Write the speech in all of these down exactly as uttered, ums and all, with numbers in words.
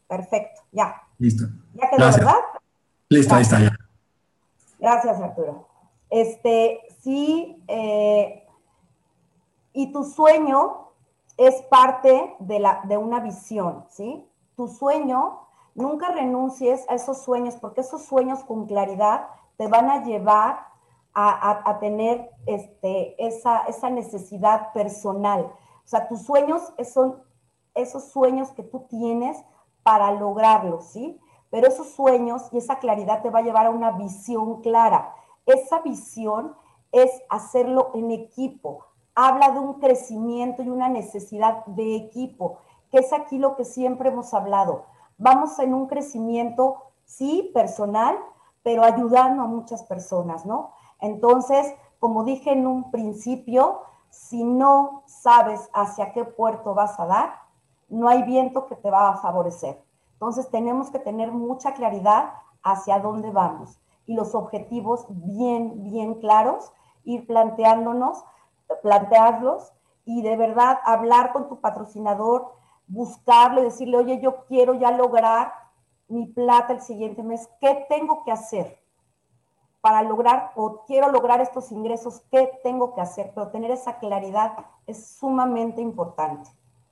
Perfecto, ya. Listo. Ya quedó, Gracias. ¿verdad? Listo, ahí está Gracias. ya. Gracias, Arturo. Este, sí, eh, y tu sueño es parte de, la, de una visión, ¿sí? Tu sueño, nunca renuncies a esos sueños, porque esos sueños con claridad te van a llevar a, a, a tener este, esa, esa necesidad personal. O sea, tus sueños son esos sueños que tú tienes para lograrlos, ¿sí? Pero esos sueños y esa claridad te va a llevar a una visión clara. Esa visión es hacerlo en equipo. Habla de un crecimiento y una necesidad de equipo, que es aquí lo que siempre hemos hablado. Vamos en un crecimiento, sí, personal, pero ayudando a muchas personas, ¿no? Entonces, como dije en un principio, si no sabes hacia qué puerto vas a dar, no hay viento que te va a favorecer. Entonces, tenemos que tener mucha claridad hacia dónde vamos y los objetivos bien, bien claros, ir planteándonos, plantearlos y de verdad hablar con tu patrocinador, buscarle, decirle, oye, yo quiero ya lograr mi plata el siguiente mes, ¿qué tengo que hacer para lograr o quiero lograr estos ingresos? ¿Qué tengo que hacer? Pero tener esa claridad es sumamente importante.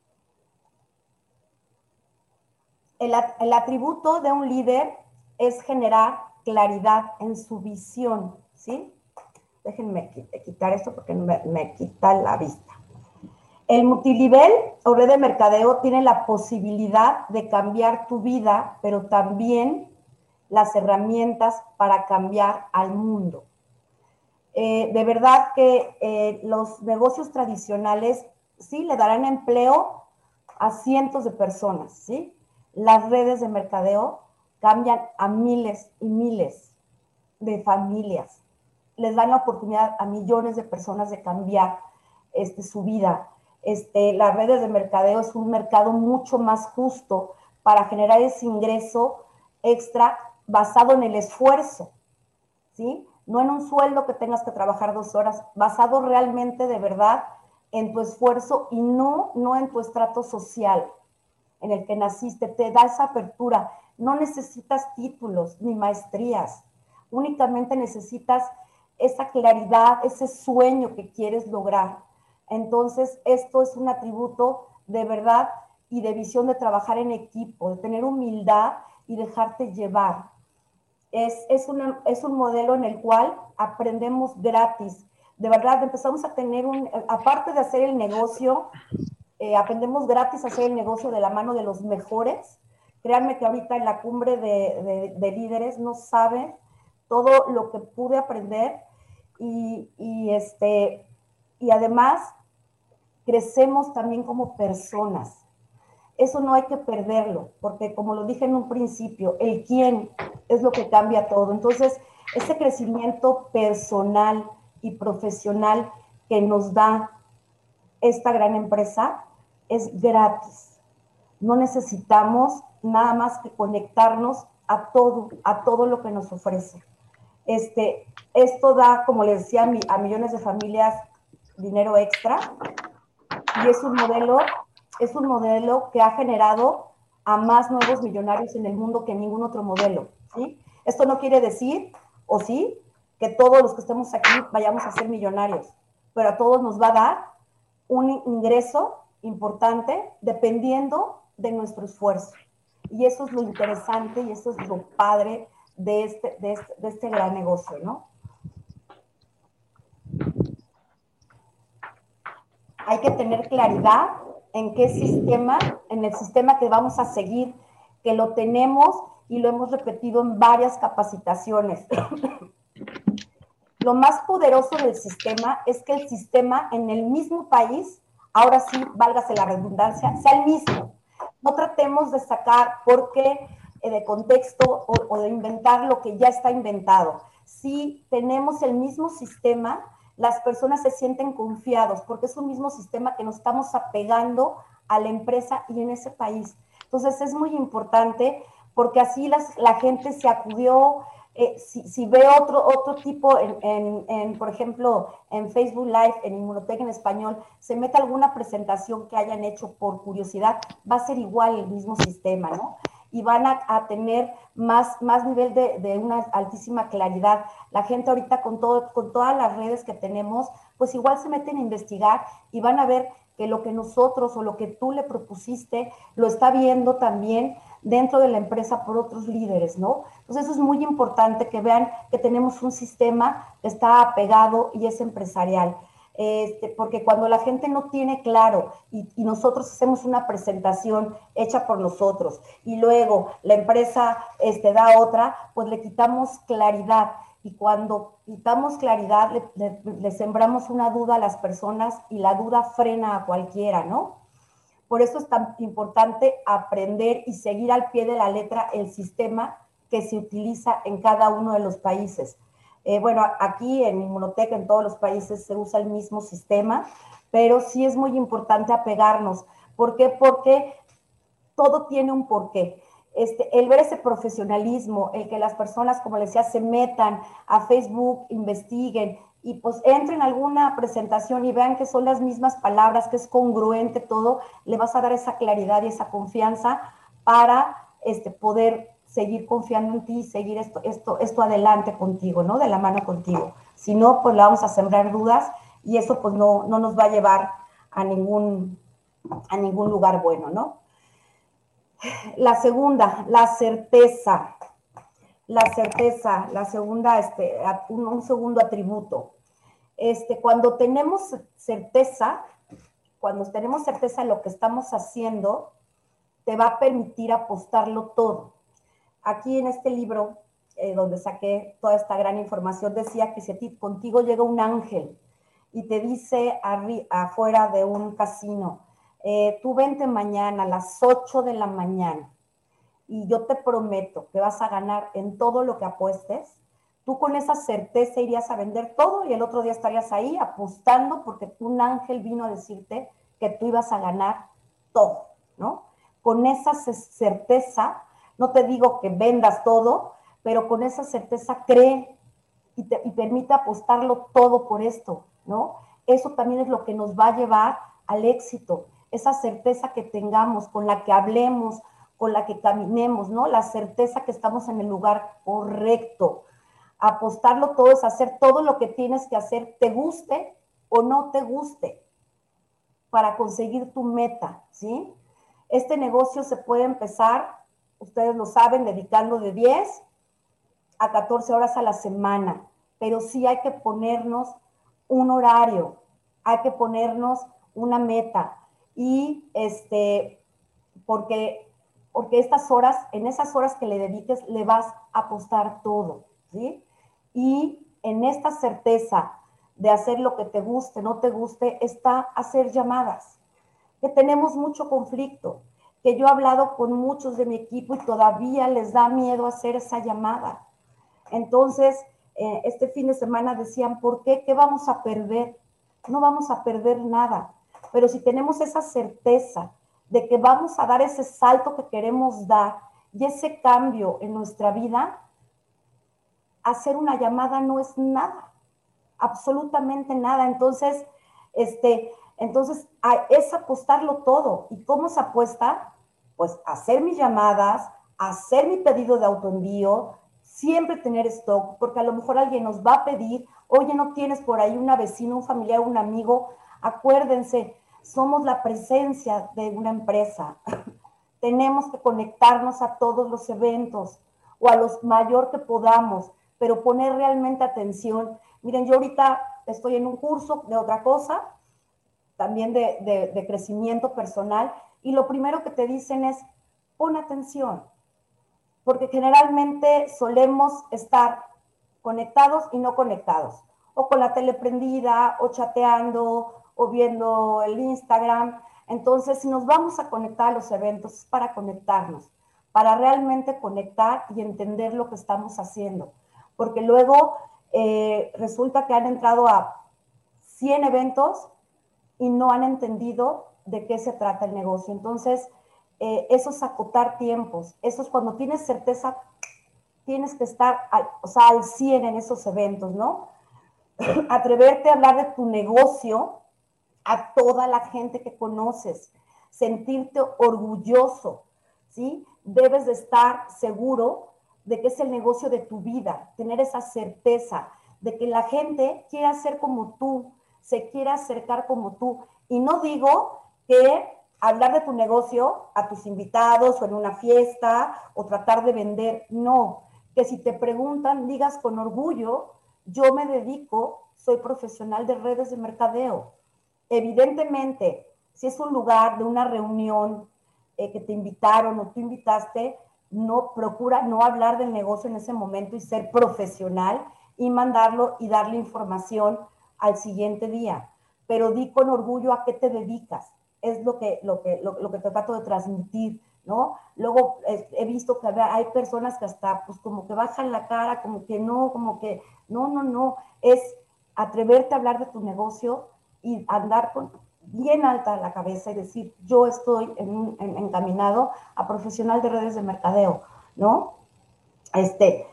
El, el atributo de un líder es generar claridad en su visión, ¿sí? Déjenme quitar esto porque me, me quita la vista. El multinivel o red de mercadeo tiene la posibilidad de cambiar tu vida, pero también las herramientas para cambiar al mundo. Eh, de verdad que eh, los negocios tradicionales sí le darán empleo a cientos de personas, ¿sí? Las redes de mercadeo cambian a miles y miles de familias, les dan la oportunidad a millones de personas de cambiar este, su vida. Este, las redes de mercadeo es un mercado mucho más justo para generar ese ingreso extra basado en el esfuerzo, ¿sí? No en un sueldo que tengas que trabajar dos horas, basado realmente de verdad en tu esfuerzo y no, no en tu estrato social en el que naciste. Te da esa apertura. No necesitas títulos ni maestrías, únicamente necesitas esa claridad, ese sueño que quieres lograr. Entonces, esto es un atributo de verdad y de visión de trabajar en equipo, de tener humildad y dejarte llevar. Es, es, una, es un modelo en el cual aprendemos gratis. De verdad, empezamos a tener un, aparte de hacer el negocio, eh, aprendemos gratis a hacer el negocio de la mano de los mejores. Créanme que ahorita en la cumbre de, de, de líderes no saben todo lo que pude aprender y, y, este, y además crecemos también como personas. Eso no hay que perderlo, porque como lo dije en un principio, el quién es lo que cambia todo. Entonces, ese crecimiento personal y profesional que nos da esta gran empresa es gratis. No necesitamos nada más que conectarnos a todo, a todo lo que nos ofrece. Este, esto da, como les decía, a millones de familias dinero extra y es un modelo, es un modelo que ha generado a más nuevos millonarios en el mundo que ningún otro modelo, ¿sí? Esto no quiere decir, o sí, que todos los que estemos aquí vayamos a ser millonarios, pero a todos nos va a dar un ingreso importante dependiendo de nuestro esfuerzo. Y eso es lo interesante y eso es lo padre de este, de este, de este gran negocio, ¿no? Hay que tener claridad en qué sistema, en el sistema que vamos a seguir, que lo tenemos y lo hemos repetido en varias capacitaciones. Lo más poderoso del sistema es que el sistema en el mismo país, ahora sí, válgase la redundancia, sea el mismo. No tratemos de sacar por qué eh, de contexto o, o de inventar lo que ya está inventado. Si tenemos el mismo sistema, las personas se sienten confiados porque es un mismo sistema que nos estamos apegando a la empresa y en ese país. Entonces es muy importante porque así las, la gente se acudió. Eh, si, si ve otro, otro tipo, en, en, en, por ejemplo, en Facebook Live, en Inmunotech en español, se mete alguna presentación que hayan hecho por curiosidad, va a ser igual el mismo sistema, ¿no? y van a, a tener más, más nivel de, de una altísima claridad. La gente ahorita con, todo, con todas las redes que tenemos, pues igual se meten a investigar y van a ver que lo que nosotros o lo que tú le propusiste lo está viendo también dentro de la empresa por otros líderes, ¿no? Entonces eso es muy importante que vean que tenemos un sistema que está apegado y es empresarial. Este, porque cuando la gente no tiene claro y, y nosotros hacemos una presentación hecha por nosotros y luego la empresa este, da otra, pues le quitamos claridad. Y cuando quitamos claridad, le, le, le sembramos una duda a las personas y la duda frena a cualquiera, ¿no? Por eso es tan importante aprender y seguir al pie de la letra el sistema que se utiliza en cada uno de los países. Eh, bueno, aquí en Inmunotech, en todos los países se usa el mismo sistema, pero sí es muy importante apegarnos. ¿Por qué? Porque todo tiene un porqué. Este, el ver ese profesionalismo, el que las personas, como les decía, se metan a Facebook, investiguen y pues entren a alguna presentación y vean que son las mismas palabras, que es congruente todo, le vas a dar esa claridad y esa confianza para este, poder seguir confiando en ti y seguir esto, esto, esto adelante contigo, ¿no? De la mano contigo. Si no, pues le vamos a sembrar dudas y eso pues no, no nos va a llevar a ningún, a ningún lugar bueno, ¿no? La segunda, la certeza. La certeza, la segunda, este, un, un segundo atributo. Este, cuando tenemos certeza, cuando tenemos certeza de lo que estamos haciendo, te va a permitir apostarlo todo. Aquí en este libro, eh, donde saqué toda esta gran información, decía que si a ti, contigo llega un ángel y te dice arri, afuera de un casino, eh, tú vente mañana a las ocho de la mañana y yo te prometo que vas a ganar en todo lo que apuestes, tú con esa certeza irías a vender todo y el otro día estarías ahí apostando porque un ángel vino a decirte que tú ibas a ganar todo, ¿no? Con esa certeza, no te digo que vendas todo, pero con esa certeza cree y, te, y permite apostarlo todo por esto, ¿no? Eso también es lo que nos va a llevar al éxito, esa certeza que tengamos, con la que hablemos, con la que caminemos, ¿no? La certeza que estamos en el lugar correcto. Apostarlo todo es hacer todo lo que tienes que hacer, te guste o no te guste, para conseguir tu meta, ¿sí? Este negocio se puede empezar, ustedes lo saben, dedicando de diez a catorce horas a la semana, pero sí hay que ponernos un horario, hay que ponernos una meta y este, porque, porque estas horas, en esas horas que le dediques, le vas a apostar todo, ¿sí? Y en esta certeza de hacer lo que te guste, no te guste, está hacer llamadas, que tenemos mucho conflicto, que yo he hablado con muchos de mi equipo y todavía les da miedo hacer esa llamada. Entonces, eh, este fin de semana decían, ¿por qué? ¿Qué vamos a perder? No vamos a perder nada, pero si tenemos esa certeza de que vamos a dar ese salto que queremos dar y ese cambio en nuestra vida, hacer una llamada no es nada, absolutamente nada. Entonces, este, entonces es apostarlo todo. ¿Y cómo se apuesta? Pues hacer mis llamadas, hacer mi pedido de autoenvío, siempre tener stock, porque a lo mejor alguien nos va a pedir, oye, ¿no tienes por ahí una vecina, un familiar, un amigo? Acuérdense, somos la presencia de una empresa. Tenemos que conectarnos a todos los eventos o a los mayor que podamos, pero poner realmente atención. Miren, yo ahorita estoy en un curso de otra cosa, también de, de, de crecimiento personal, y lo primero que te dicen es, pon atención, porque generalmente solemos estar conectados y no conectados, o con la tele prendida, o chateando, o viendo el Instagram. Entonces, si nos vamos a conectar a los eventos, es para conectarnos, para realmente conectar y entender lo que estamos haciendo, porque luego eh, resulta que han entrado a cien eventos y no han entendido de qué se trata el negocio. Entonces, eh, eso es acotar tiempos, eso es cuando tienes certeza, tienes que estar al, o sea, al cien en esos eventos, ¿no? Atreverte a hablar de tu negocio a toda la gente que conoces, sentirte orgulloso, ¿sí? debes de estar seguro de que es el negocio de tu vida, tener esa certeza de que la gente quiera ser como tú, se quiera acercar como tú. Y no digo que hablar de tu negocio a tus invitados o en una fiesta o tratar de vender, no. Que si te preguntan, digas con orgullo, yo me dedico, soy profesional de redes de mercadeo. Evidentemente, si es un lugar de una reunión eh, que te invitaron o tú invitaste, no procura no hablar del negocio en ese momento y ser profesional y mandarlo y darle información al siguiente día. Pero di con orgullo a qué te dedicas. Es lo que, lo que, lo, lo que te trato de transmitir, ¿no? Luego eh, he visto que hay personas que hasta pues como que bajan la cara, como que no, como que no, no, no. Es atreverte a hablar de tu negocio y andar con bien alta la cabeza y decir, yo estoy en, en, encaminado a profesional de redes de mercadeo, ¿no? Este,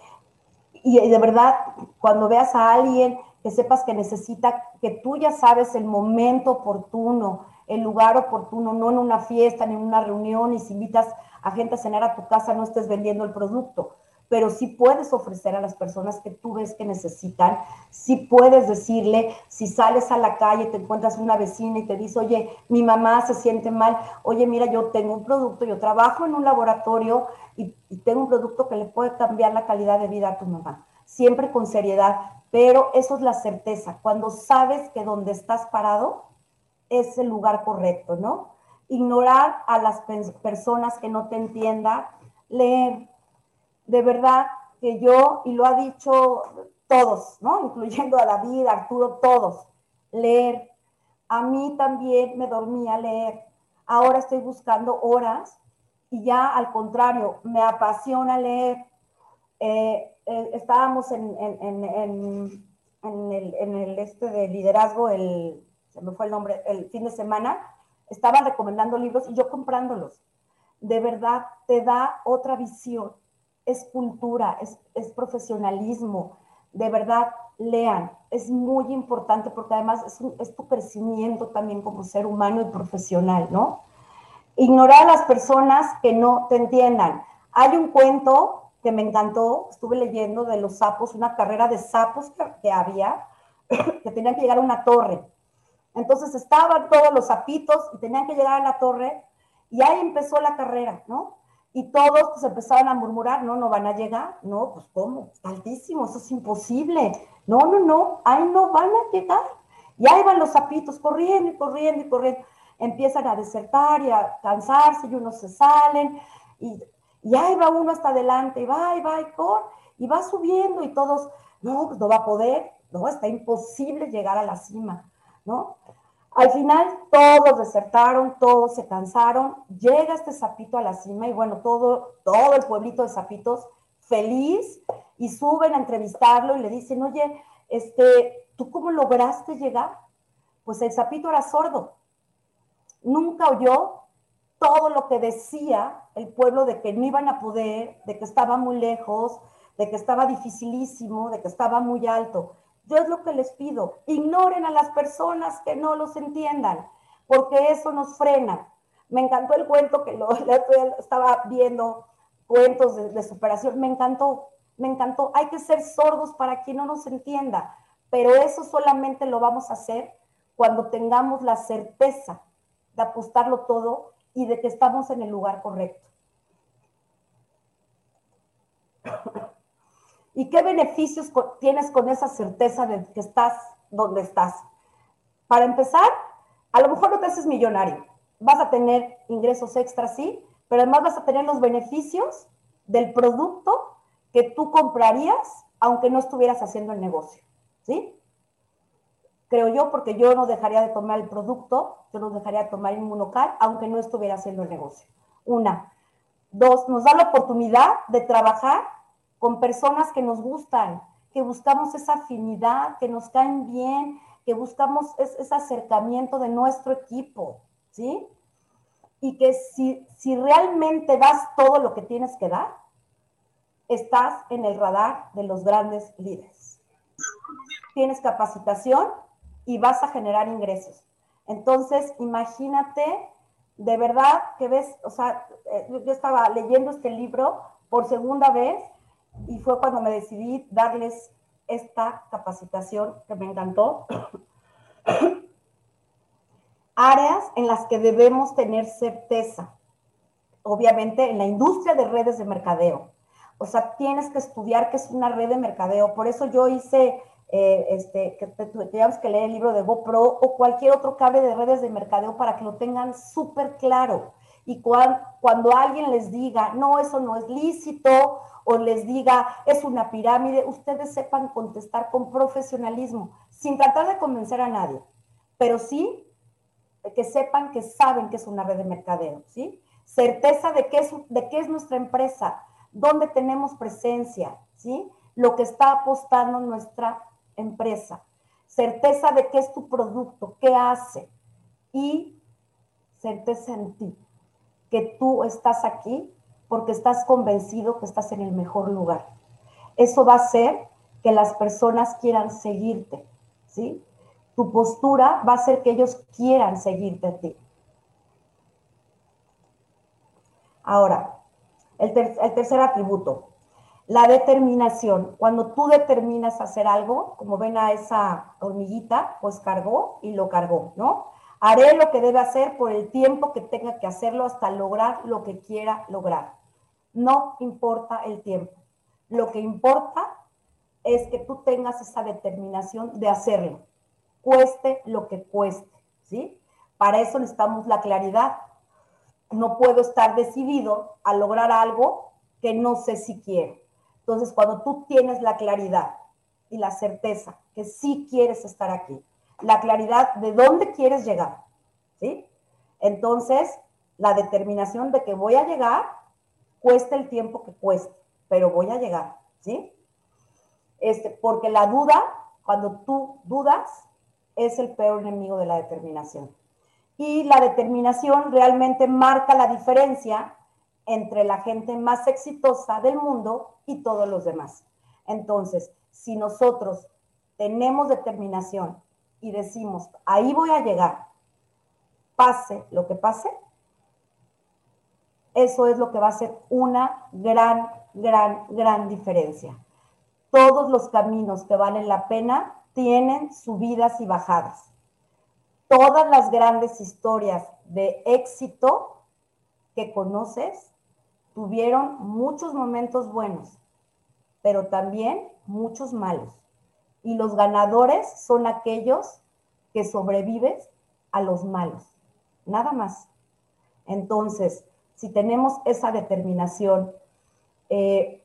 y, y de verdad, cuando veas a alguien que sepas que necesita, que tú ya sabes el momento oportuno, el lugar oportuno, no en una fiesta, ni en una reunión, y si invitas a gente a cenar a tu casa, no estés vendiendo el producto, pero sí puedes ofrecer a las personas que tú ves que necesitan, sí puedes decirle, si sales a la calle, te encuentras una vecina y te dice, oye, mi mamá se siente mal, oye, mira, yo tengo un producto, yo trabajo en un laboratorio y, y tengo un producto que le puede cambiar la calidad de vida a tu mamá, siempre con seriedad, pero eso es la certeza, cuando sabes que donde estás parado es el lugar correcto, ¿no? Ignorar a las personas que no te entiendan, leer, de verdad que yo, y lo ha dicho todos, ¿no? Incluyendo a David, Arturo, todos, leer. A mí también me dormía leer. Ahora estoy buscando horas y ya al contrario, me apasiona leer. Eh, eh, estábamos en, en, en, en, en, el, en el este de liderazgo, el, se me fue el nombre, el fin de semana, estaban recomendando libros y yo comprándolos. De verdad, te da otra visión. Es cultura, es, es profesionalismo. De verdad, lean. Es muy importante porque además es, un, es tu crecimiento también como ser humano y profesional, ¿no? Ignorar a las personas que no te entiendan. Hay un cuento que me encantó, estuve leyendo de los sapos, una carrera de sapos que, que había, que tenían que llegar a una torre. Entonces estaban todos los sapitos y tenían que llegar a la torre y ahí empezó la carrera, ¿no? Y todos pues, empezaron a murmurar, no, no van a llegar, no, pues ¿cómo? Está altísimo, eso es imposible. No, no, no, ahí no van a llegar. Y ahí van los sapitos corriendo y corriendo y corriendo. Empiezan a desertar y a cansarse y unos se salen y, y ahí va uno hasta adelante y va y va y corre y va subiendo y todos, no, pues no va a poder, no, está imposible llegar a la cima, ¿no? Al final todos desertaron, todos se cansaron, llega este sapito a la cima y bueno, todo, todo el pueblito de sapitos feliz y suben a entrevistarlo y le dicen, oye, este, ¿tú cómo lograste llegar? Pues el sapito era sordo, nunca oyó todo lo que decía el pueblo de que no iban a poder, de que estaba muy lejos, de que estaba dificilísimo, de que estaba muy alto. Yo es lo que les pido, ignoren a las personas que no los entiendan, porque eso nos frena. Me encantó el cuento que lo, estaba viendo, cuentos de, de superación, me encantó, me encantó. Hay que ser sordos para quien no nos entienda, pero eso solamente lo vamos a hacer cuando tengamos la certeza de apostarlo todo y de que estamos en el lugar correcto. ¿Y qué beneficios tienes con esa certeza de que estás donde estás? Para empezar, a lo mejor no te haces millonario, vas a tener ingresos extras, sí, pero además vas a tener los beneficios del producto que tú comprarías aunque no estuvieras haciendo el negocio, ¿sí? Creo yo, porque yo no dejaría de tomar el producto, yo no dejaría de tomar Inmunocal, aunque no estuviera haciendo el negocio. Una. Dos, nos da la oportunidad de trabajar con personas que nos gustan, que buscamos esa afinidad, que nos caen bien, que buscamos es, ese acercamiento de nuestro equipo, ¿sí? Y que si, si realmente das todo lo que tienes que dar, estás en el radar de los grandes líderes. Tienes capacitación y vas a generar ingresos. Entonces, imagínate de verdad que ves, o sea, yo estaba leyendo este libro por segunda vez y fue cuando me decidí darles esta capacitación que me encantó. Áreas en las que debemos tener certeza. Obviamente en la industria de redes de mercadeo. O sea, tienes que estudiar qué es una red de mercadeo. Por eso yo hice, eh, este, que teníamos que leer el libro de GoPro o cualquier otro cable de redes de mercadeo para que lo tengan súper claro. Y cuando, cuando alguien les diga, no, eso no es lícito, o les diga, es una pirámide, ustedes sepan contestar con profesionalismo, sin tratar de convencer a nadie, pero sí que sepan que saben que es una red de mercadeo, ¿sí? Certeza de qué es, de qué es nuestra empresa, dónde tenemos presencia, ¿sí? Lo que está apostando nuestra empresa. Certeza de qué es tu producto, qué hace. Y certeza en ti, que tú estás aquí porque estás convencido que estás en el mejor lugar. Eso va a hacer que las personas quieran seguirte, ¿sí? Tu postura va a hacer que ellos quieran seguirte a ti. Ahora, el, ter el tercer atributo, la determinación. Cuando tú determinas hacer algo, como ven a esa hormiguita, pues cargó y lo cargó, ¿no? Haré lo que debe hacer por el tiempo que tenga que hacerlo hasta lograr lo que quiera lograr. No importa el tiempo. Lo que importa es que tú tengas esa determinación de hacerlo, cueste lo que cueste, ¿sí? Para eso necesitamos la claridad. No puedo estar decidido a lograr algo que no sé si quiero. Entonces, cuando tú tienes la claridad y la certeza que sí quieres estar aquí, la claridad de dónde quieres llegar, ¿sí? Entonces, la determinación de que voy a llegar, cueste el tiempo que cueste, pero voy a llegar, ¿sí? Este, porque la duda, cuando tú dudas, es el peor enemigo de la determinación. Y la determinación realmente marca la diferencia entre la gente más exitosa del mundo y todos los demás. Entonces, si nosotros tenemos determinación y decimos, ahí voy a llegar, pase lo que pase, eso es lo que va a hacer una gran, gran, gran diferencia. Todos los caminos que valen la pena tienen subidas y bajadas. Todas las grandes historias de éxito que conoces tuvieron muchos momentos buenos, pero también muchos malos. Y los ganadores son aquellos que sobreviven a los malos, nada más. Entonces, si tenemos esa determinación eh,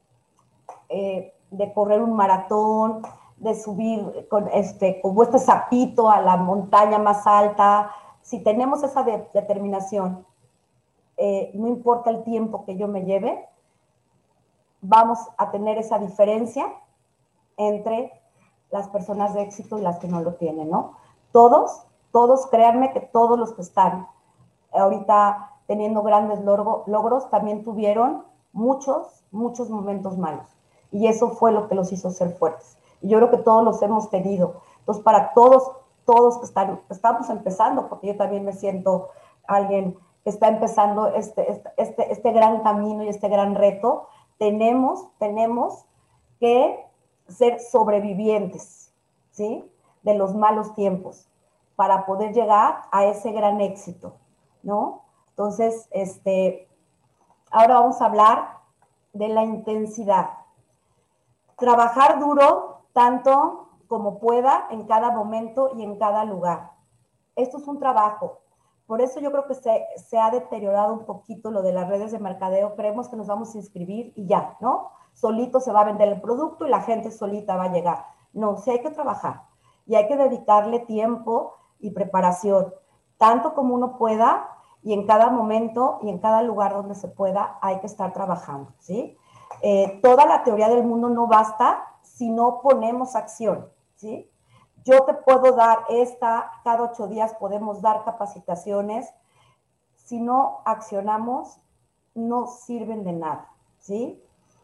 eh, de correr un maratón, de subir con este, como este sapito a la montaña más alta, si tenemos esa de, determinación, eh, no importa el tiempo que yo me lleve, vamos a tener esa diferencia entre las personas de éxito y las que no lo tienen, ¿no? Todos, todos, créanme que todos los que están ahorita teniendo grandes logro, logros también tuvieron muchos, muchos momentos malos. Y eso fue lo que los hizo ser fuertes. Y yo creo que todos los hemos tenido. Entonces, para todos, todos que están, estamos empezando, porque yo también me siento alguien que está empezando este, este, este, este gran camino y este gran reto, tenemos, tenemos que ser sobrevivientes, ¿sí? De los malos tiempos, para poder llegar a ese gran éxito, ¿no? Entonces, este, ahora vamos a hablar de la intensidad. Trabajar duro tanto como pueda en cada momento y en cada lugar. Esto es un trabajo. Por eso yo creo que se, se ha deteriorado un poquito lo de las redes de mercadeo. Creemos que nos vamos a inscribir y ya, ¿no? Solito se va a vender el producto y la gente solita va a llegar. No, sí hay que trabajar y hay que dedicarle tiempo y preparación, tanto como uno pueda, y en cada momento y en cada lugar donde se pueda hay que estar trabajando, ¿sí? Eh, toda la teoría del mundo no basta si no ponemos acción, ¿sí? Yo te puedo dar esta, cada ocho días podemos dar capacitaciones. Si no accionamos, no sirven de nada, ¿sí?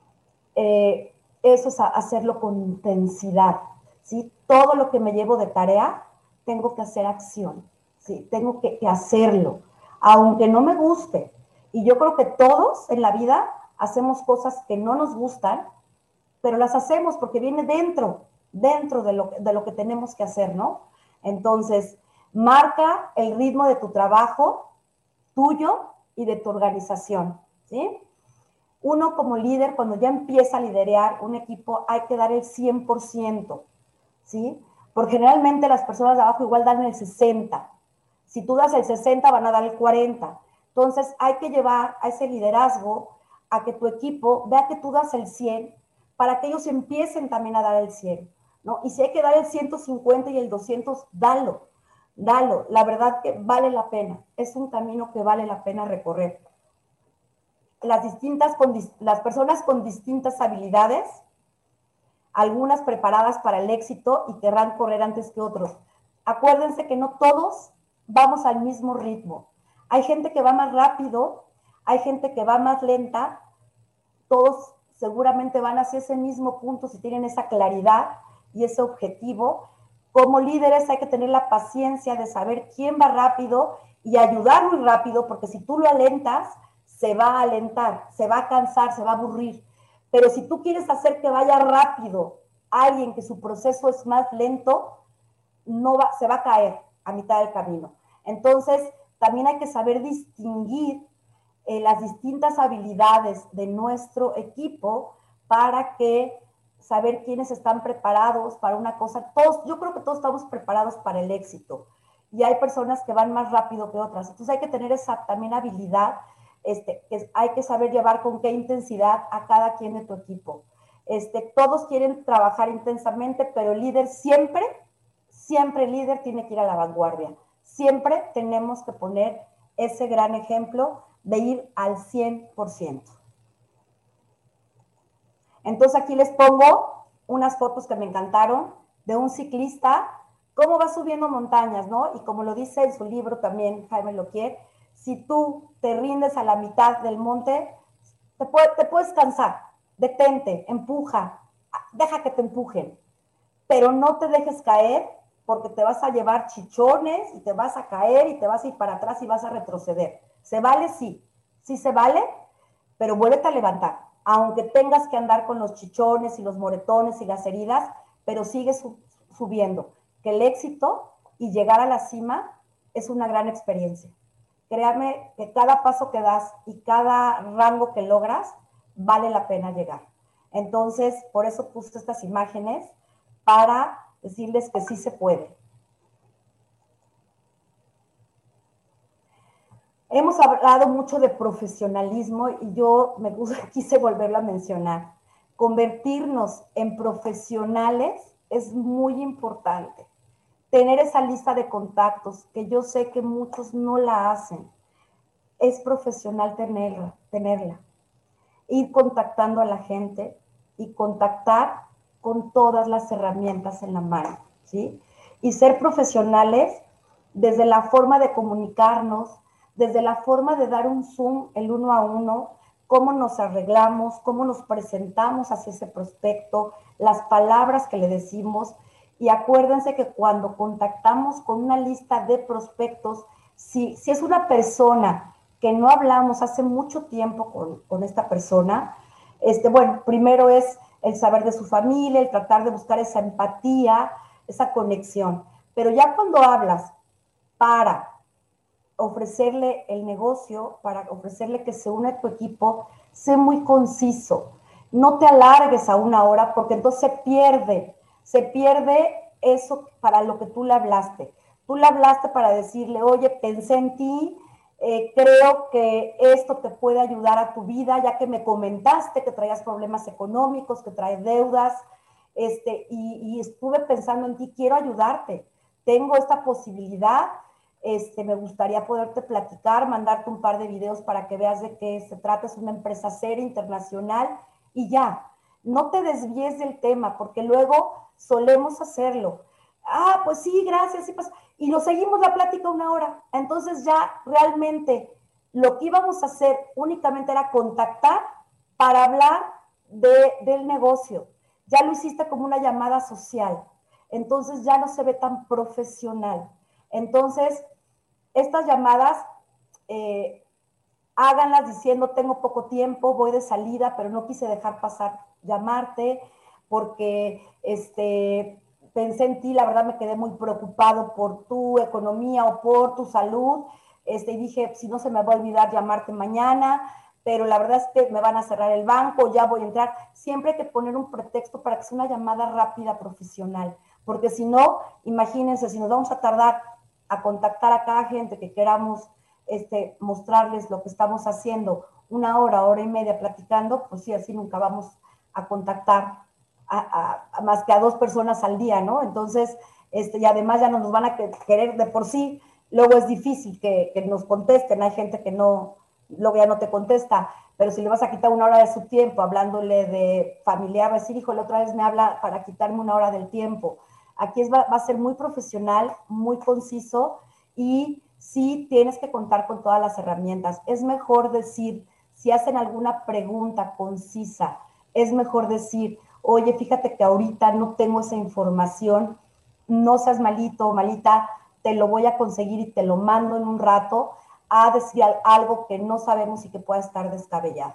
Eh, eso es hacerlo con intensidad, ¿sí? Todo lo que me llevo de tarea, tengo que hacer acción, ¿sí? Tengo que, que hacerlo. aunque no me guste. Y yo creo que todos en la vida hacemos cosas que no nos gustan, pero las hacemos porque viene dentro, dentro de lo, de lo que tenemos que hacer, ¿no? Entonces, marca el ritmo de tu trabajo, tuyo y de tu organización, ¿sí? Uno como líder, cuando ya empieza a liderar un equipo, hay que dar el cien por ciento, ¿sí? Porque generalmente las personas de abajo igual dan el sesenta. Si tú das el sesenta, van a dar el cuarenta. Entonces, hay que llevar a ese liderazgo a que tu equipo vea que tú das el cien para que ellos empiecen también a dar el cien, ¿no? Y si hay que dar el ciento cincuenta y el doscientos, dalo, dalo. La verdad que vale la pena. Es un camino que vale la pena recorrer. Las, distintas, las personas con distintas habilidades, algunas preparadas para el éxito y querrán correr antes que otros. Acuérdense que no todos vamos al mismo ritmo. Hay gente que va más rápido, hay gente que va más lenta, todos seguramente van hacia ese mismo punto si tienen esa claridad y ese objetivo. Como líderes hay que tener la paciencia de saber quién va rápido y ayudar muy rápido, porque si tú lo alentas, se va a alentar, se va a cansar, se va a aburrir. Pero si tú quieres hacer que vaya rápido alguien que su proceso es más lento, no va, se va a caer a mitad del camino. Entonces, también hay que saber distinguir eh, las distintas habilidades de nuestro equipo para que saber quiénes están preparados para una cosa. Todos, yo creo que todos estamos preparados para el éxito y hay personas que van más rápido que otras. Entonces hay que tener esa también habilidad, este, que hay que saber llevar con qué intensidad a cada quien de tu equipo. Este, todos quieren trabajar intensamente, pero el líder siempre, siempre el líder tiene que ir a la vanguardia. Siempre tenemos que poner ese gran ejemplo de ir al cien por ciento. Entonces aquí les pongo unas fotos que me encantaron de un ciclista, cómo va subiendo montañas, ¿no? Y como lo dice en su libro también Jaime Loquier, si tú te rindes a la mitad del monte, te, puede, te puedes cansar, detente, empuja, deja que te empujen, pero no te dejes caer porque te vas a llevar chichones y te vas a caer y te vas a ir para atrás y vas a retroceder. ¿Se vale? Sí, sí se vale, pero vuélvete a levantar, aunque tengas que andar con los chichones y los moretones y las heridas, pero sigue su subiendo, que el éxito y llegar a la cima es una gran experiencia. Créame que cada paso que das y cada rango que logras vale la pena llegar. Entonces, por eso puse estas imágenes para decirles que sí se puede. Hemos hablado mucho de profesionalismo y yo me quise volverlo a mencionar. Convertirnos en profesionales es muy importante. Tener esa lista de contactos, que yo sé que muchos no la hacen. Es profesional tenerla, tenerla. Ir contactando a la gente y contactar con todas las herramientas en la mano, ¿sí? Y ser profesionales desde la forma de comunicarnos, desde la forma de dar un Zoom el uno a uno, cómo nos arreglamos, cómo nos presentamos hacia ese prospecto, las palabras que le decimos. Y acuérdense que cuando contactamos con una lista de prospectos, si, si es una persona que no hablamos hace mucho tiempo con, con esta persona, este, bueno, primero es el saber de su familia, el tratar de buscar esa empatía, esa conexión. Pero ya cuando hablas para ofrecerle el negocio, para ofrecerle que se une a tu equipo, sé muy conciso. No te alargues a una hora porque entonces se pierde, se pierde eso para lo que tú le hablaste. Tú le hablaste para decirle, oye, pensé en ti, eh, creo que esto te puede ayudar a tu vida, ya que me comentaste que traías problemas económicos, que traes deudas, este, y, y estuve pensando en ti, quiero ayudarte, tengo esta posibilidad, este, me gustaría poderte platicar, mandarte un par de videos para que veas de qué se trata, es una empresa seria, internacional, y ya, no te desvíes del tema, porque luego solemos hacerlo. Ah, pues sí, gracias, sí pasa. Y nos seguimos la plática una hora. Entonces ya realmente lo que íbamos a hacer únicamente era contactar para hablar de, del negocio. Ya lo hiciste como una llamada social. Entonces ya no se ve tan profesional. Entonces, estas llamadas eh, háganlas diciendo, tengo poco tiempo, voy de salida, pero no quise dejar pasar llamarte porque este, pensé en ti, la verdad me quedé muy preocupado por tu economía o por tu salud, este, y dije, si no se me va a olvidar llamarte mañana, pero la verdad es que me van a cerrar el banco, ya voy a entrar. Siempre hay que poner un pretexto para que sea una llamada rápida, profesional, porque si no, imagínense, si nos vamos a tardar a contactar a cada gente que queramos este, mostrarles lo que estamos haciendo una hora, hora y media platicando, pues sí, así nunca vamos a contactar a, a, a más que a dos personas al día, ¿no? Entonces, este, y además ya no nos van a querer de por sí, luego es difícil que, que nos contesten, hay gente que no, luego ya no te contesta, pero si le vas a quitar una hora de su tiempo hablándole de familiar, va a decir, hijo, la otra vez me habla para quitarme una hora del tiempo. Aquí es, va, va a ser muy profesional, muy conciso y sí tienes que contar con todas las herramientas. Es mejor decir, si hacen alguna pregunta concisa, es mejor decir, oye, fíjate que ahorita no tengo esa información, no seas malito o malita, te lo voy a conseguir y te lo mando en un rato, a decir algo que no sabemos y que pueda estar descabellado.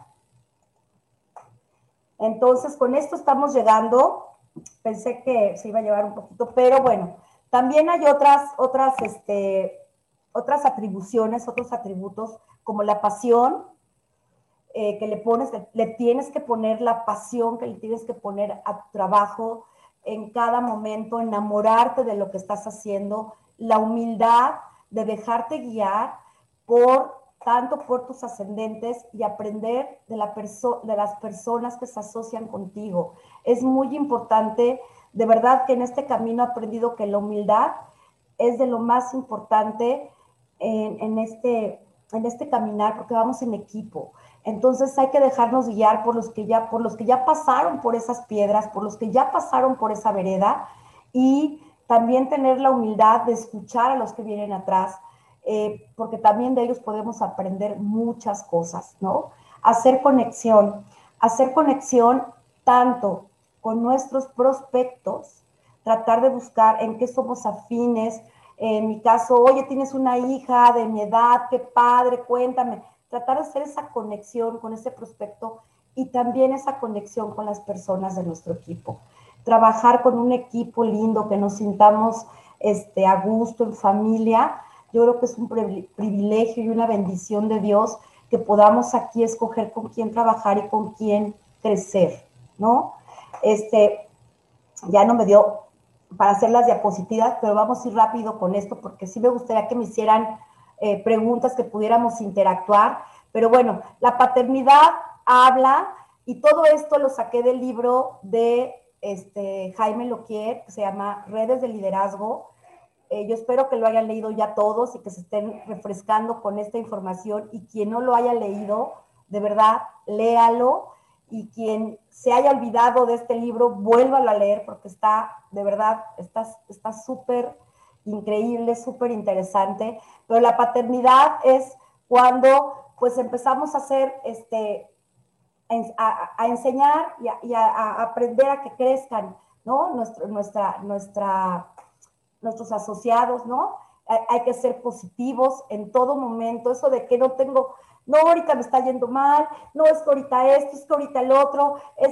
Entonces, con esto estamos llegando, pensé que se iba a llevar un poquito, pero bueno, también hay otras, otras, este, otras atribuciones, otros atributos, como la pasión, eh, que le pones, le, le tienes que poner la pasión que le tienes que poner a tu trabajo en cada momento, enamorarte de lo que estás haciendo, la humildad de dejarte guiar por tanto por tus ascendentes y aprender de, la perso de las personas que se asocian contigo. Es muy importante, de verdad que en este camino he aprendido que la humildad es de lo más importante en, en, este, en este caminar, porque vamos en equipo. Entonces hay que dejarnos guiar por los que ya, por los que ya pasaron por esas piedras, por los que ya pasaron por esa vereda, y también tener la humildad de escuchar a los que vienen atrás, eh, porque también de ellos podemos aprender muchas cosas, ¿no? Hacer conexión, hacer conexión tanto con nuestros prospectos, tratar de buscar en qué somos afines. En mi caso, oye, tienes una hija de mi edad, qué padre, cuéntame. Tratar de hacer esa conexión con ese prospecto y también esa conexión con las personas de nuestro equipo. Trabajar con un equipo lindo, que nos sintamos este, a gusto, en familia. Yo creo que es un privilegio y una bendición de Dios que podamos aquí escoger con quién trabajar y con quién crecer, ¿no? Este, ya no me dio para hacer las diapositivas, pero vamos a ir rápido con esto porque sí me gustaría que me hicieran eh, preguntas, que pudiéramos interactuar. Pero bueno, la paternidad habla, y todo esto lo saqué del libro de este, Jaime Loquier, que se llama Redes de Liderazgo. Eh, yo espero que lo hayan leído ya todos y que se estén refrescando con esta información, y quien no lo haya leído, de verdad, léalo, y quien se haya olvidado de este libro, vuélvalo a leer porque está, de verdad, está súper increíble, súper interesante. Pero la paternidad es cuando pues empezamos a hacer, este, a, a enseñar y, a, y a, a aprender a que crezcan, ¿no? Nuestro, nuestra, nuestra nuestros asociados, ¿no? Hay, hay que ser positivos en todo momento, eso de que no tengo, no, ahorita me está yendo mal, no, es que ahorita esto, es que ahorita el otro, es,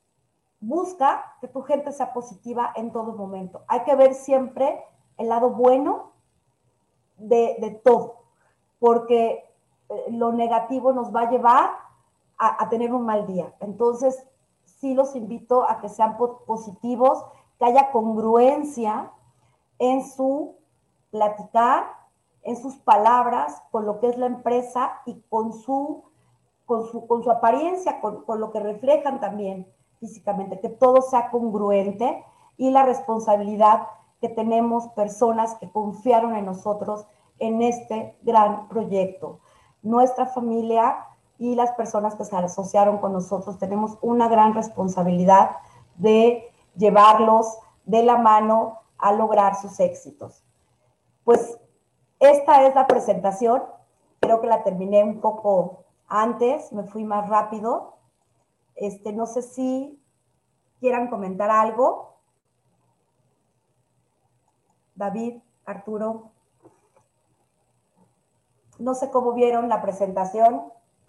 busca que tu gente sea positiva en todo momento. Hay que ver siempre el lado bueno de, de todo, porque lo negativo nos va a llevar a, a tener un mal día. Entonces, sí los invito a que sean positivos, que haya congruencia en su platicar, en sus palabras, con lo que es la empresa y con su, con su, con su apariencia, con, con lo que reflejan también físicamente, que todo sea congruente, y la responsabilidad que tenemos personas que confiaron en nosotros en este gran proyecto. Nuestra familia y las personas que se asociaron con nosotros tenemos una gran responsabilidad de llevarlos de la mano a lograr sus éxitos. Pues esta es la presentación, creo que la terminé un poco antes, me fui más rápido. Este, no sé si quieran comentar algo. David, Arturo. No sé cómo vieron la presentación.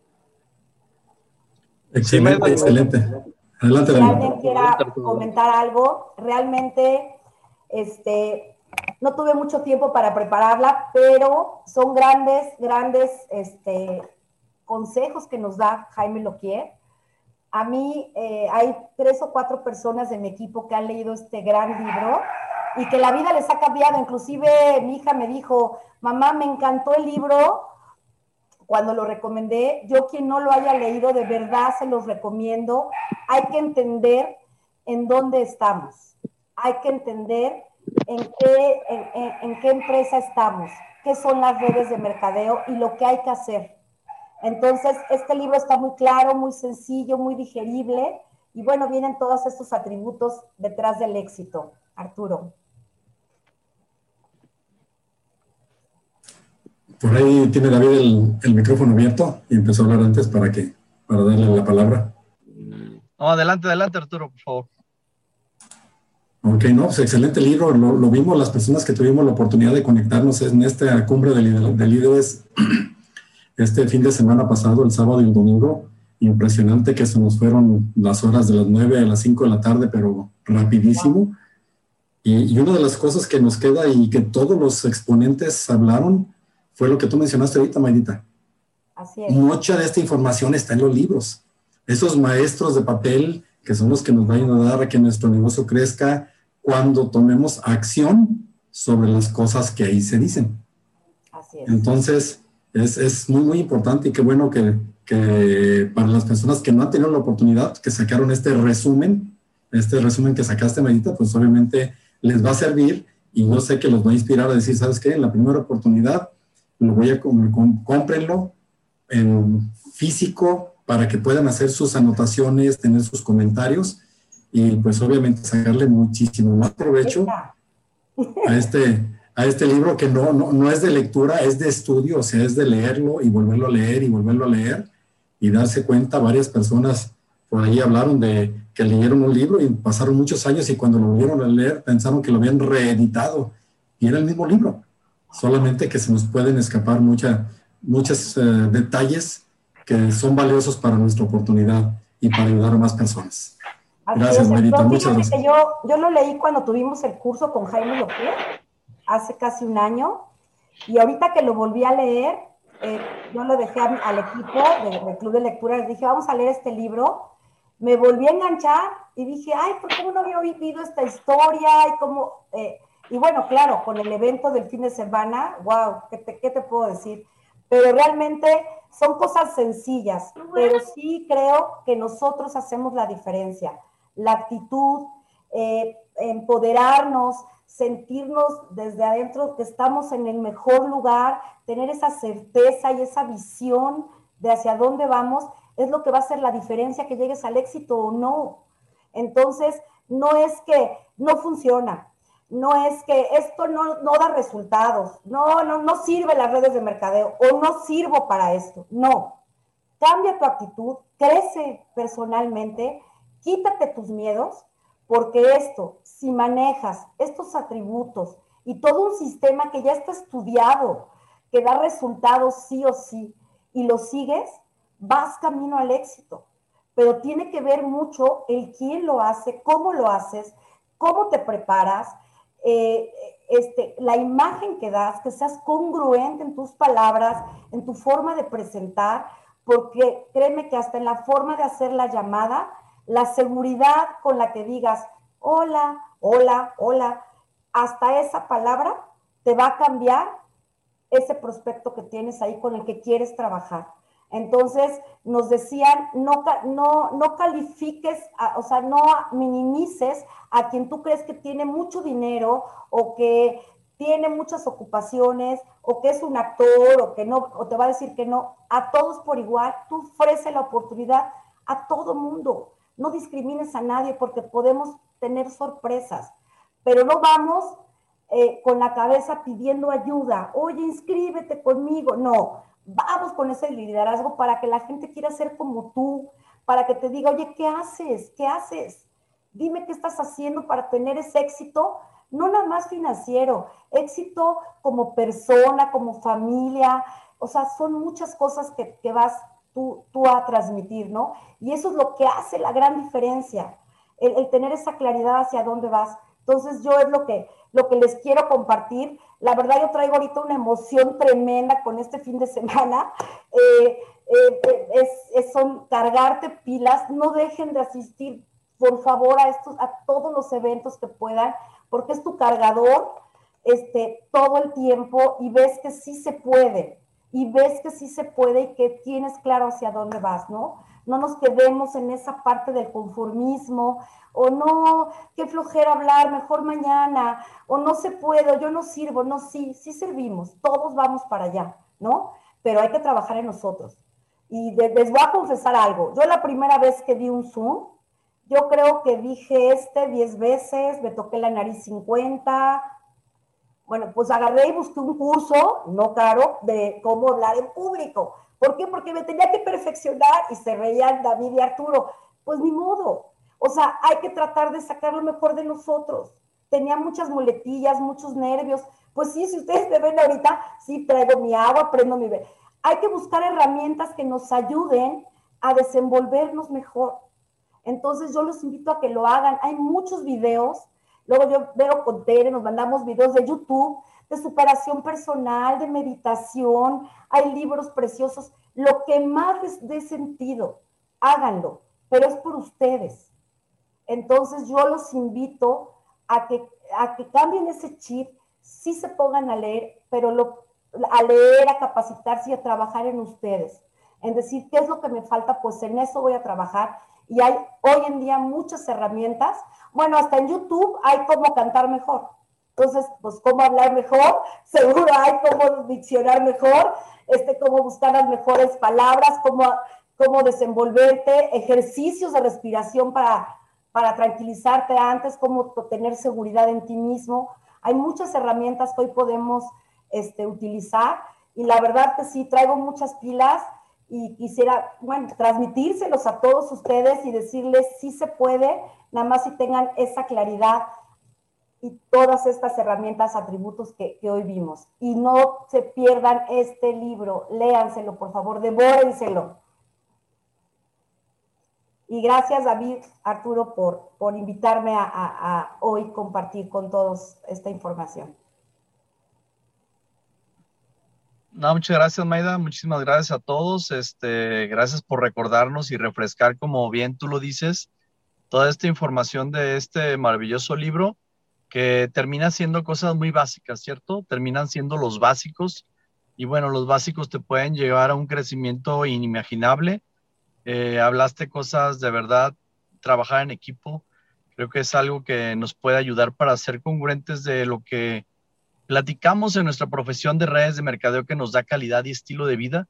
Excelente, sí, excelente. Adelante, si David. alguien quiera comentar algo, realmente este, no tuve mucho tiempo para prepararla, pero son grandes, grandes este, consejos que nos da Jaime Loquier. A mí eh, hay tres o cuatro personas de mi equipo que han leído este gran libro y que la vida les ha cambiado. Inclusive mi hija me dijo, mamá, me encantó el libro cuando lo recomendé. Yo, quien no lo haya leído, de verdad se los recomiendo. Hay que entender en dónde estamos. Hay que entender en qué, en, en, en qué empresa estamos, qué son las redes de mercadeo y lo que hay que hacer. Entonces, este libro está muy claro, muy sencillo, muy digerible, y bueno, vienen todos estos atributos detrás del éxito. Arturo. Por ahí tiene David el, el micrófono abierto y empezó a hablar antes para que, para darle la palabra. No, adelante, adelante, Arturo, por favor. Ok, no, pues excelente libro, lo, lo vimos las personas que tuvimos la oportunidad de conectarnos en esta cumbre de, de líderes este fin de semana pasado, el sábado y el domingo. Impresionante que se nos fueron las horas de las nueve a las cinco de la tarde, pero rapidísimo. Y, y una de las cosas que nos queda y que todos los exponentes hablaron fue lo que tú mencionaste ahorita, Mayrita. Así es. Mucha de esta información está en los libros. Esos maestros de papel que son los que nos van a ayudar a que nuestro negocio crezca cuando tomemos acción sobre las cosas que ahí se dicen. Así es. Entonces, es, es muy, muy importante y qué bueno que, que para las personas que no han tenido la oportunidad, que sacaron este resumen, este resumen que sacaste, Mayrita, pues obviamente les va a servir y yo sé que los va a inspirar a decir, ¿sabes qué? En la primera oportunidad, lo voy a cómprenlo en físico para que puedan hacer sus anotaciones, tener sus comentarios y pues obviamente sacarle muchísimo más provecho a este, a este libro que no, no, no es de lectura, es de estudio, o sea, es de leerlo y volverlo a leer y volverlo a leer y darse cuenta. Varias personas por ahí hablaron de que leyeron un libro y pasaron muchos años y cuando lo volvieron a leer pensaron que lo habían reeditado y era el mismo libro, solamente que se nos pueden escapar mucha, muchos eh, detalles que son valiosos para nuestra oportunidad y para ayudar a más personas. Así Gracias, es. Mayrita, muchas gracias. Que yo, yo lo leí cuando tuvimos el curso con Jaime Loquier, hace casi un año, y ahorita que lo volví a leer, eh, yo lo dejé a, al equipo del de Club de Lectura, les dije, vamos a leer este libro, me volví a enganchar y dije, ay, ¿por qué no había vivido esta historia? Y, cómo, eh, y bueno, claro, con el evento del fin de semana, wow, ¿qué te, qué te puedo decir? Pero realmente son cosas sencillas, pero sí creo que nosotros hacemos la diferencia. La actitud, eh, empoderarnos, sentirnos desde adentro que estamos en el mejor lugar, tener esa certeza y esa visión de hacia dónde vamos, es lo que va a hacer la diferencia que llegues al éxito o no. Entonces, no es que no funciona, no es que esto no, no da resultados, no, no, no sirve las redes de mercadeo o no sirvo para esto, no. Cambia tu actitud, crece personalmente, quítate tus miedos, porque esto, si manejas estos atributos y todo un sistema que ya está estudiado, que da resultados sí o sí, y lo sigues, vas camino al éxito. Pero tiene que ver mucho el quién lo hace, cómo lo haces, cómo te preparas, eh, este, la imagen que das, que seas congruente en tus palabras, en tu forma de presentar, porque créeme que hasta en la forma de hacer la llamada, la seguridad con la que digas hola, hola, hola, hasta esa palabra te va a cambiar ese prospecto que tienes ahí con el que quieres trabajar. Entonces nos decían, no, no, no califiques, a, o sea, no minimices a quien tú crees que tiene mucho dinero o que tiene muchas ocupaciones o que es un actor o que no, o te va a decir que no. A todos por igual, tú ofrece la oportunidad a todo mundo. No discrimines a nadie porque podemos tener sorpresas, pero no vamos eh, con la cabeza pidiendo ayuda. Oye, inscríbete conmigo. No, vamos con ese liderazgo para que la gente quiera ser como tú, para que te diga, oye, ¿qué haces? ¿Qué haces? Dime qué estás haciendo para tener ese éxito, no nada más financiero, éxito como persona, como familia, O sea, son muchas cosas que, que vas tú, tú a transmitir, ¿no? Y eso es lo que hace la gran diferencia, el, el tener esa claridad hacia dónde vas. Entonces yo es lo que, lo que les quiero compartir. La verdad yo traigo ahorita una emoción tremenda con este fin de semana. Eh, eh, es, es, son cargarte pilas, no dejen de asistir, por favor, a, estos, a todos los eventos que puedan, porque es tu cargador este, todo el tiempo y ves que sí se puede, y ves que sí se puede y que tienes claro hacia dónde vas, ¿no? No nos quedemos en esa parte del conformismo, o no, qué flojera hablar, mejor mañana, o no se puede, o yo no sirvo, no, sí, sí servimos, todos vamos para allá, ¿no? Pero hay que trabajar en nosotros. Y de, les voy a confesar algo, yo la primera vez que di un Zoom, yo creo que dije este diez veces, me toqué la nariz cincuenta. Bueno, pues agarré y busqué un curso, no caro, de cómo hablar en público. ¿Por qué? Porque me tenía que perfeccionar y se reían David y Arturo. Pues ni modo. O sea, hay que tratar de sacar lo mejor de nosotros. Tenía muchas muletillas, muchos nervios. Pues sí, si ustedes me ven ahorita, sí traigo mi agua, prendo mi... Hay que buscar herramientas que nos ayuden a desenvolvernos mejor. Entonces yo los invito a que lo hagan. Hay muchos videos. Luego yo veo con Tere, nos mandamos videos de YouTube, de superación personal, de meditación. Hay libros preciosos. Lo que más les dé sentido, háganlo, pero es por ustedes. Entonces yo los invito a que, a que cambien ese chip, sí se pongan a leer, pero lo, a leer, a capacitarse y a trabajar en ustedes. En decir, ¿qué es lo que me falta? Pues en eso voy a trabajar. Y hay hoy en día muchas herramientas. Bueno, hasta en YouTube hay cómo cantar mejor. Entonces, pues cómo hablar mejor, seguro hay cómo diccionar mejor, este, cómo buscar las mejores palabras, cómo, cómo desenvolverte, ejercicios de respiración para, para tranquilizarte antes, cómo tener seguridad en ti mismo. Hay muchas herramientas que hoy podemos este, utilizar y la verdad que sí, traigo muchas pilas y quisiera, bueno, transmitírselos a todos ustedes y decirles sí se puede, nada más si tengan esa claridad y todas estas herramientas, atributos que, que hoy vimos. Y no se pierdan este libro, léanselo, por favor, devórenselo. Y gracias, David, Arturo, por, por invitarme a, a, a hoy compartir con todos esta información. No, muchas gracias, Maida. Muchísimas gracias a todos. Este, gracias por recordarnos y refrescar, como bien tú lo dices, toda esta información de este maravilloso libro que termina siendo cosas muy básicas, ¿cierto? Terminan siendo los básicos y bueno, los básicos te pueden llevar a un crecimiento inimaginable. Eh, hablaste cosas de verdad, trabajar en equipo, creo que es algo que nos puede ayudar para ser congruentes de lo que platicamos en nuestra profesión de redes de mercadeo que nos da calidad y estilo de vida.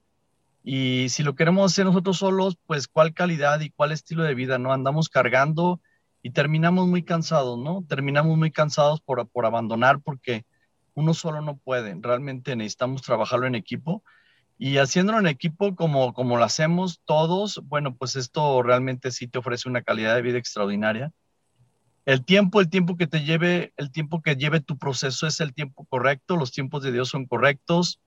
Y si lo queremos hacer nosotros solos, pues cuál calidad y cuál estilo de vida, ¿no? Andamos cargando y terminamos muy cansados, ¿no? Terminamos muy cansados por, por abandonar porque uno solo no puede. Realmente necesitamos trabajarlo en equipo. Y haciéndolo en equipo como, como lo hacemos todos, bueno, pues esto realmente sí te ofrece una calidad de vida extraordinaria. El tiempo, el tiempo que te lleve, el tiempo que lleve tu proceso es el tiempo correcto, los tiempos de Dios son correctos.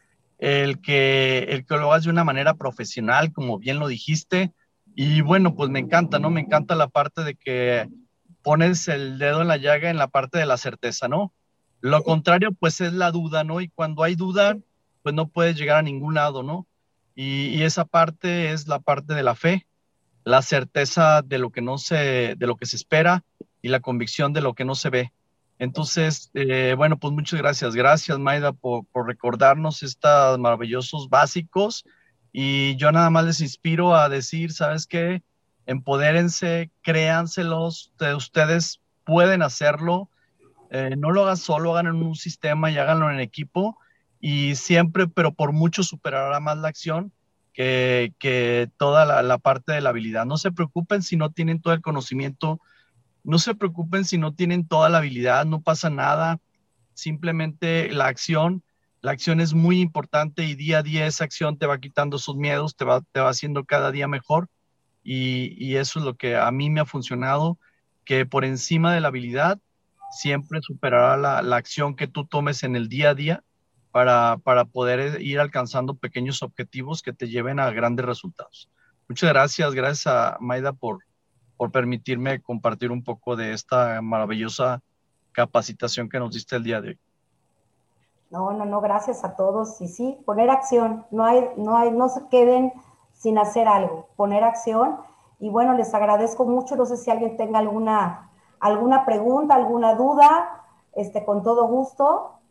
El que, el que lo hagas de una manera profesional, como bien lo dijiste. Y bueno, pues me encanta, ¿no? Me encanta la parte de que pones el dedo en la llaga en la parte de la certeza, ¿no? Lo contrario, pues es la duda, ¿no? Y cuando hay duda, pues no puedes llegar a ningún lado, ¿no? Y, y esa parte es la parte de la fe, la certeza de lo que no se, de lo que se espera y la convicción de lo que no se ve. Entonces, eh, bueno, pues muchas gracias. Gracias, Maida, por, por recordarnos estos maravillosos básicos. Y yo nada más les inspiro a decir, ¿sabes qué? Empodérense, créanselos, de ustedes pueden hacerlo. Eh, no lo hagan solo, hagan en un sistema y háganlo en equipo. Y siempre, pero por mucho superará más la acción que, que toda la, la parte de la habilidad. No se preocupen si no tienen todo el conocimiento. No se preocupen si no tienen toda la habilidad, no pasa nada, simplemente la acción, la acción es muy importante y día a día esa acción te va quitando sus miedos, te va, te va haciendo cada día mejor y, y eso es lo que a mí me ha funcionado, que por encima de la habilidad siempre superará la, la acción que tú tomes en el día a día para, para poder ir alcanzando pequeños objetivos que te lleven a grandes resultados. Muchas gracias, gracias a Mayda por, por permitirme compartir un poco de esta maravillosa capacitación que nos diste el día de hoy. No, no, no, gracias a todos. Y sí, poner acción, no hay, no hay, no se queden sin hacer algo, poner acción. Y bueno, les agradezco mucho, no sé si alguien tenga alguna, alguna pregunta, alguna duda, este, con todo gusto.